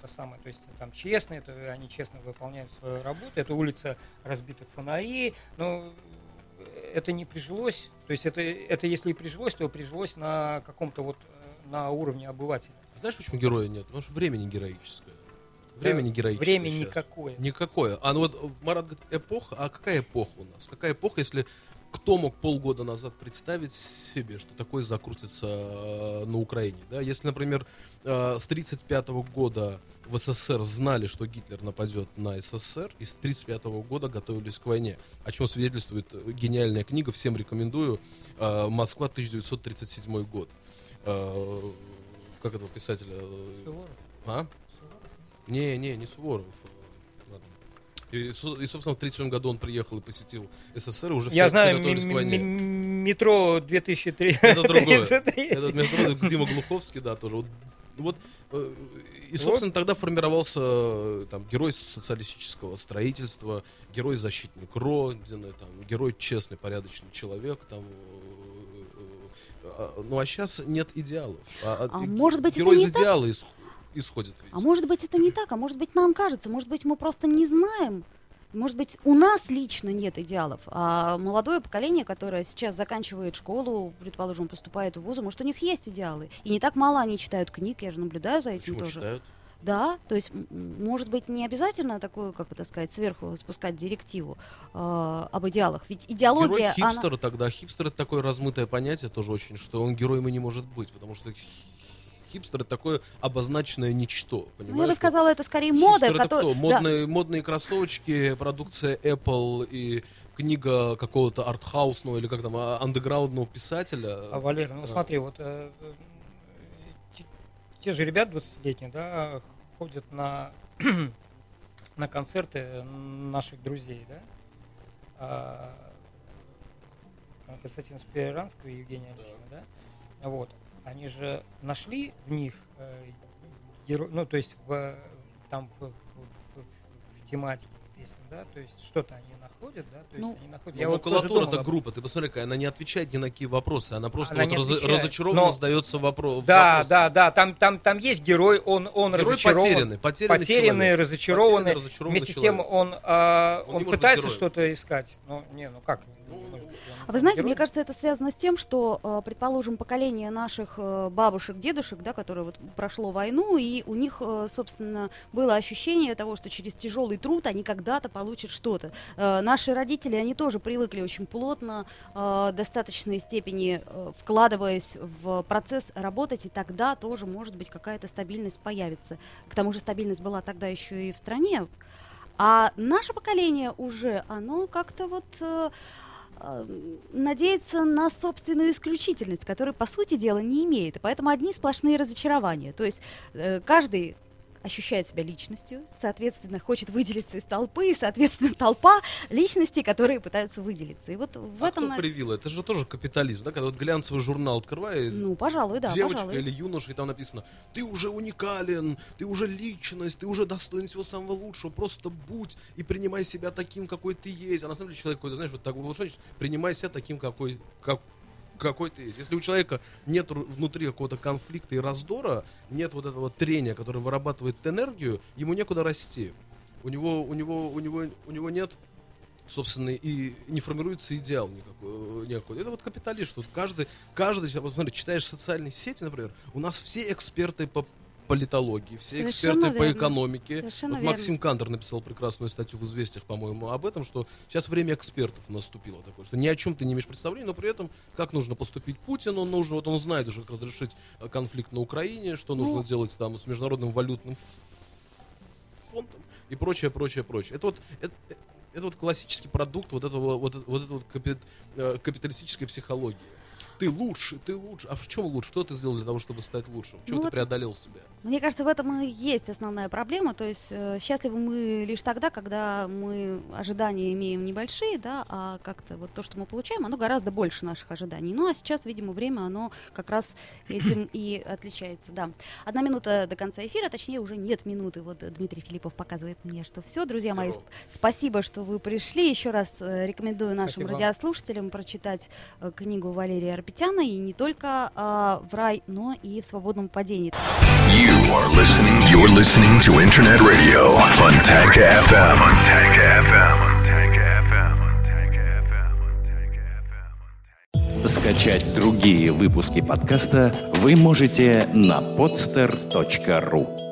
это самое, то есть там честно, это они честно выполняют свою работу, это улица разбитых фонарей, но это не прижилось, то есть это если и прижилось, то прижилось на каком-то вот на уровне обывателя. Знаешь, почему героя нет? Потому что время не героическое. Время не героическое. Время сейчас. никакое. Никакое. А ну вот Марат говорит, эпоха, а какая эпоха у нас? Какая эпоха, если кто мог полгода назад представить себе, что такое закрутится на Украине? Да? Если, например, с 1935 года в СССР знали, что Гитлер нападет на СССР, и с 1935 года готовились к войне. О чем свидетельствует гениальная книга, всем рекомендую, «Москва, 1937 год». Как этого писателя? Суворов. А? Не Суворов. И, собственно, в 1937 году он приехал и посетил СССР, и уже Я все знаю, готовились к войне. метро 2003. Это другое. Это метро Дима Глуховский, да, тоже. И, собственно, тогда формировался там, герой социалистического строительства, герой-защитник Родины, там, герой честный, порядочный человек, там, ну а сейчас нет идеалов. Может быть, герой это из идеала исходит. А может быть, это не так, а может быть, нам кажется, может быть, мы просто не знаем. Может быть, у нас лично нет идеалов, а молодое поколение, которое сейчас заканчивает школу, предположим, поступает в вузы, может, у них есть идеалы. И не так мало они читают книг, я же наблюдаю за этим. Почему тоже. читают? Да, то есть, может быть, не обязательно такую, как это сказать, сверху спускать директиву об идеалах. Ведь идеология... Герой хипстер тогда. Хипстер — это такое размытое понятие тоже очень, что он героем и не может быть, потому что хипстер — это такое обозначенное ничто. Понимаешь? Ну, я бы сказала, это скорее мода. Хипстер — это кто? Модные кроссовочки, продукция Apple и книга какого-то артхаусного или как там, андеграундного писателя. Валер, ну смотри, вот те же ребята 20-летние, да, ходят на концерты наших друзей, да, Константина Спиранского и Евгения Онегина, да, вот, они же нашли в них, ну, то есть в тематике песен, да, то есть что-то они находят, да, то есть они находят. Я макулатура — это группа, ты посмотри, она не отвечает ни на какие вопросы, она просто разочарованно задается вопрос. Да, там есть герой, он разочарован. Потерянный, разочарованный. Вместе с тем он пытается что-то искать. Ну как? А вы знаете, мне кажется, это связано с тем, что, предположим, поколение наших бабушек, дедушек, да, которые вот прошло войну, и у них, собственно, было ощущение того, что через тяжелый труд они когда-то получат что-то. Наши родители, они тоже привыкли очень плотно, в достаточной степени вкладываясь в процесс работать, и тогда тоже, может быть, какая-то стабильность появится. К тому же стабильность была тогда еще и в стране. А наше поколение уже, оно как-то вот... надеяться на собственную исключительность, которую, по сути дела, не имеет. И поэтому одни сплошные разочарования. То есть каждый ощущает себя личностью, соответственно, хочет выделиться из толпы, и, соответственно, толпа личностей, которые пытаются выделиться. И вот в этом... кто привил? Это же тоже капитализм, да? Когда вот глянцевый журнал открывает, ну, пожалуй, да, девочка или юноша, и там написано: ты уже уникален, ты уже личность, ты уже достоин всего самого лучшего, просто будь и принимай себя таким, какой ты есть. А на самом деле человек какой-то, знаешь, вот так вот, принимай себя таким, какой ты есть. Если у человека нет внутри какого-то конфликта и раздора, нет вот этого трения, которое вырабатывает энергию, ему некуда расти. У него нет, собственно, и не формируется идеал никакой. Это вот капитализм, что каждый, вот смотри, читаешь социальные сети, например, у нас все эксперты по политологии, все Совершенно эксперты по верно. экономике. Совершенно Вот Максим Кандер написал прекрасную статью в «Известиях», по-моему, об этом, что сейчас время экспертов наступило такое, что ни о чем ты не имеешь представления, но при этом как нужно поступить Путину, он знает уже, как разрешить конфликт на Украине, что нужно делать там с Международным валютным фондом и прочее. Это вот классический продукт вот этой капиталистической психологии. Ты лучше. А в чем лучше? Что ты сделал для того, чтобы стать лучшим? Чего ты преодолел себя? Мне кажется, в этом и есть основная проблема. То есть счастливы мы лишь тогда, когда мы ожидания имеем небольшие, да, а как-то вот то, что мы получаем, оно гораздо больше наших ожиданий. Ну, а сейчас, видимо, время, оно как раз этим и отличается, да. 1 минута до конца эфира, точнее, уже нет минуты. Вот Дмитрий Филиппов показывает мне, что все. Друзья мои, спасибо, что вы пришли. Еще раз рекомендую нашим радиослушателям прочитать книгу Валерия Арбитяна Айрапетяна, и не только в рай, но и в свободном падении. You're listening to Internet Radio, Fontanka FM. Скачать другие выпуски подкаста вы можете на podster.ru.